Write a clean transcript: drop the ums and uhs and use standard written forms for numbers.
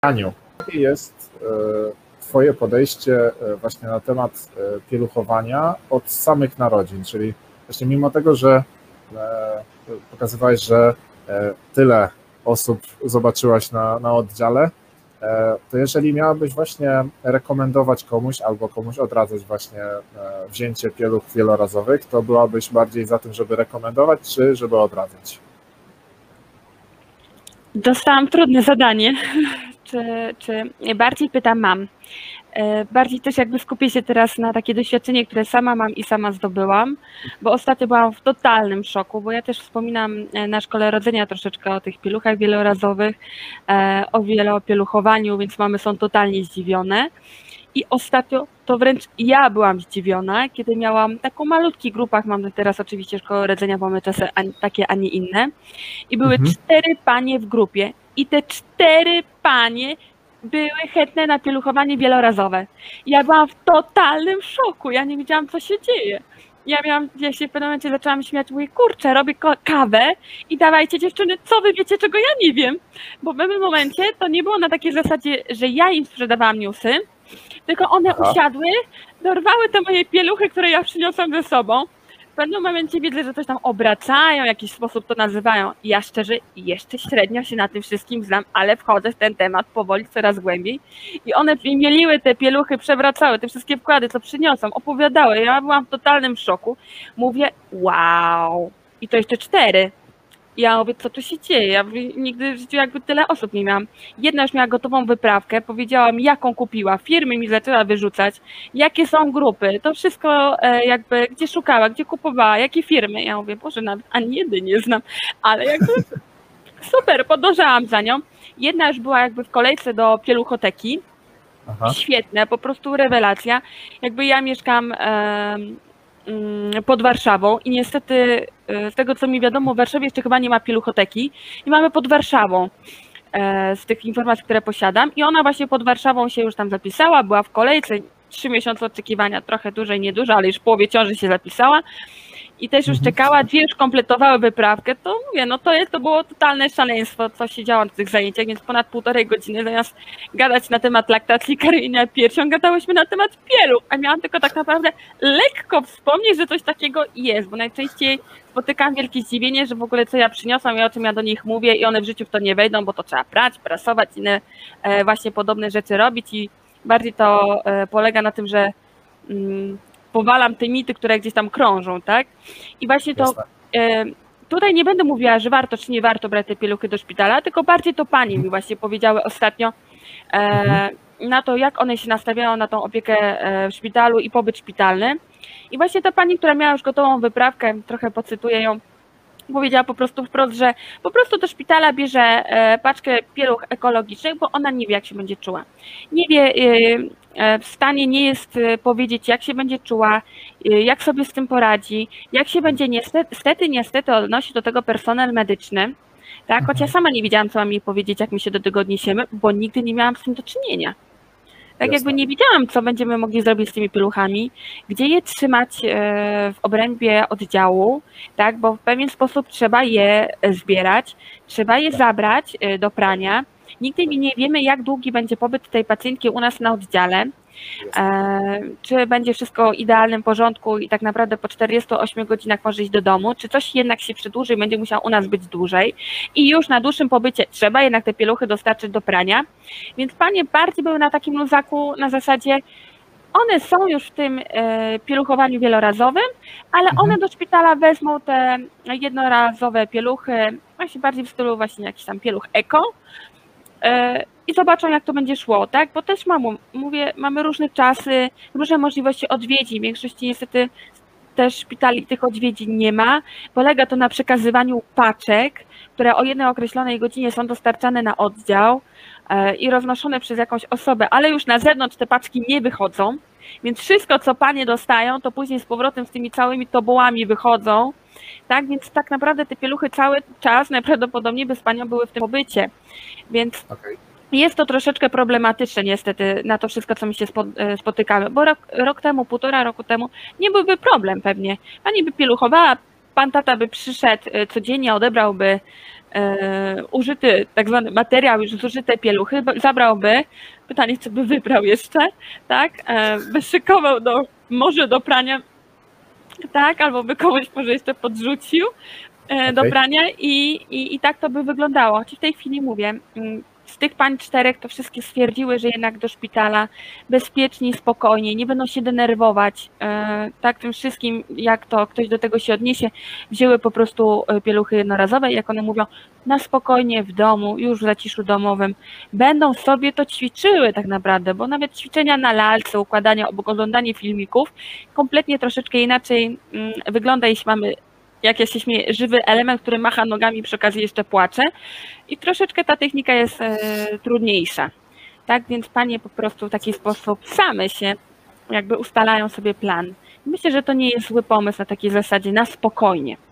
Aniu, jakie jest Twoje podejście właśnie na temat pieluchowania od samych narodzin? Czyli właśnie mimo tego, że pokazywałeś, że tyle osób zobaczyłaś na oddziale, to jeżeli miałabyś właśnie rekomendować komuś albo komuś odradzać właśnie wzięcie pieluch wielorazowych, to byłabyś bardziej za tym, żeby rekomendować, czy żeby odradzać? Dostałam trudne zadanie, czy bardziej pytam mam. Bardziej też jakby skupię się teraz na takie doświadczenie, które sama mam i sama zdobyłam, bo ostatnio byłam w totalnym szoku, bo ja też wspominam na szkole rodzenia troszeczkę o tych pieluchach wielorazowych, o wielopieluchowaniu, więc mamy są totalnie zdziwione. I ostatnio to wręcz ja byłam zdziwiona, kiedy miałam taką malutkich grupach, mamy teraz oczywiście szkołę rodzenia, bo mamy czasy takie, a nie inne. I były 4 panie w grupie i te 4 panie były chętne na pieluchowanie wielorazowe. Ja byłam w totalnym szoku, ja nie wiedziałam, co się dzieje. Ja się w pewnym momencie zaczęłam śmiać, mówię, kurczę, robię kawę i dawajcie dziewczyny, co wy wiecie, czego ja nie wiem. Bo w pewnym momencie to nie było na takiej zasadzie, że ja im sprzedawałam newsy, tylko one usiadły, dorwały te moje pieluchy, które ja przyniosłam ze sobą. W pewnym momencie widzę, że coś tam obracają, w jakiś sposób to nazywają. Ja szczerze jeszcze średnio się na tym wszystkim znam, ale wchodzę w ten temat powoli, coraz głębiej. I one mieliły te pieluchy, przewracały te wszystkie wkłady, co przyniosą, opowiadały. Ja byłam w totalnym szoku. Mówię, wow. I to jeszcze 4. Ja mówię, co tu się dzieje? Ja nigdy w życiu jakby tyle osób nie miałam. Jedna już miała gotową wyprawkę, powiedziała mi, jaką kupiła, firmy mi zaczęła wyrzucać, jakie są grupy, to wszystko jakby, gdzie szukała, gdzie kupowała, jakie firmy. Ja mówię, Boże, nawet ani jednej nie znam, ale jakby super, podążałam za nią. Jedna już była jakby w kolejce do pieluchoteki. Świetne, po prostu rewelacja. Jakby ja mieszkam pod Warszawą i niestety z tego, co mi wiadomo, w Warszawie jeszcze chyba nie ma pieluchoteki i mamy pod Warszawą z tych informacji, które posiadam i ona właśnie pod Warszawą się już tam zapisała, była w kolejce, 3 miesiące oczekiwania, trochę dłużej, nie dużo, ale już w połowie ciąży się zapisała i też już czekała, 2 już kompletowały wyprawkę, to mówię, no to było totalne szaleństwo, co się działo na tych zajęciach, więc ponad 1,5 godziny zamiast gadać na temat laktacji, karmienia piersią, gadałyśmy na temat pieluch, a miałam tylko tak naprawdę lekko wspomnieć, że coś takiego jest, bo najczęściej spotykam wielkie zdziwienie, że w ogóle co ja przyniosłam i o czym ja do nich mówię i one w życiu w to nie wejdą, bo to trzeba prać, prasować, inne właśnie podobne rzeczy robić i bardziej to polega na tym, że powalam te mity, które gdzieś tam krążą, tak? I właśnie to tutaj nie będę mówiła, że warto czy nie warto brać te pieluchy do szpitala, tylko bardziej to panie mi właśnie powiedziały ostatnio na to, jak one się nastawiają na tą opiekę w szpitalu i pobyt szpitalny. I właśnie ta pani, która miała już gotową wyprawkę, trochę pocytuję ją, powiedziała po prostu wprost, że po prostu do szpitala bierze paczkę pieluch ekologicznych, bo ona nie wie, jak się będzie czuła. Nie wie, w stanie nie jest powiedzieć, jak się będzie czuła, jak sobie z tym poradzi, jak się będzie niestety odnosi do tego personel medyczny. Tak? Choć ja sama nie wiedziałam, co mam jej powiedzieć, jak my się do tego odniesiemy, bo nigdy nie miałam z tym do czynienia. Tak jakby nie wiedziałam, co będziemy mogli zrobić z tymi pieluchami, gdzie je trzymać w obrębie oddziału, tak, bo w pewien sposób trzeba je zbierać, trzeba je zabrać do prania. Nigdy nie wiemy, jak długi będzie pobyt tej pacjentki u nas na oddziale, czy będzie wszystko w idealnym porządku i tak naprawdę po 48 godzinach może iść do domu, czy coś jednak się przedłuży i będzie musiał u nas być dłużej i już na dłuższym pobycie trzeba jednak te pieluchy dostarczyć do prania, więc panie bardziej były na takim luzaku na zasadzie one są już w tym pieluchowaniu wielorazowym, ale one do szpitala wezmą te jednorazowe pieluchy, właśnie bardziej w stylu właśnie jakiś tam pieluch eko, i zobaczą, jak to będzie szło, tak? Bo też mamy różne czasy, różne możliwości odwiedzin. W większości niestety też szpitali tych odwiedzin nie ma. Polega to na przekazywaniu paczek, które o jednej określonej godzinie są dostarczane na oddział i roznoszone przez jakąś osobę, ale już na zewnątrz te paczki nie wychodzą, więc wszystko, co panie dostają, to później z powrotem z tymi całymi tobołami wychodzą, tak? Więc tak naprawdę te pieluchy cały czas najprawdopodobniej bez panią były w tym pobycie, więc jest to troszeczkę problematyczne niestety na to wszystko, co my się spotykamy, bo rok temu, 1,5 roku temu nie byłby problem pewnie. Pani by pieluchowała, pan tata by przyszedł codziennie, odebrałby użyty tak zwany materiał, już zużyte pieluchy, zabrałby, pytanie, co by wybrał jeszcze, tak, wyszykował może do prania, tak, albo by komuś może jeszcze podrzucił do prania i tak to by wyglądało. Czyli w tej chwili mówię, z tych pań 4 to wszystkie stwierdziły, że jednak do szpitala bezpiecznie, spokojnie, nie będą się denerwować, tak, tym wszystkim, jak to ktoś do tego się odniesie, wzięły po prostu pieluchy jednorazowe, jak one mówią, na spokojnie w domu, już w zaciszu domowym, będą sobie to ćwiczyły tak naprawdę, bo nawet ćwiczenia na lalce, układanie, oglądanie filmików kompletnie troszeczkę inaczej wygląda, jeśli mamy, jak ja się śmieję, żywy element, który macha nogami, przy okazji jeszcze płacze i troszeczkę ta technika jest trudniejsza. Tak, więc panie po prostu w taki sposób same się jakby ustalają sobie plan. Myślę, że to nie jest zły pomysł na takiej zasadzie, na spokojnie.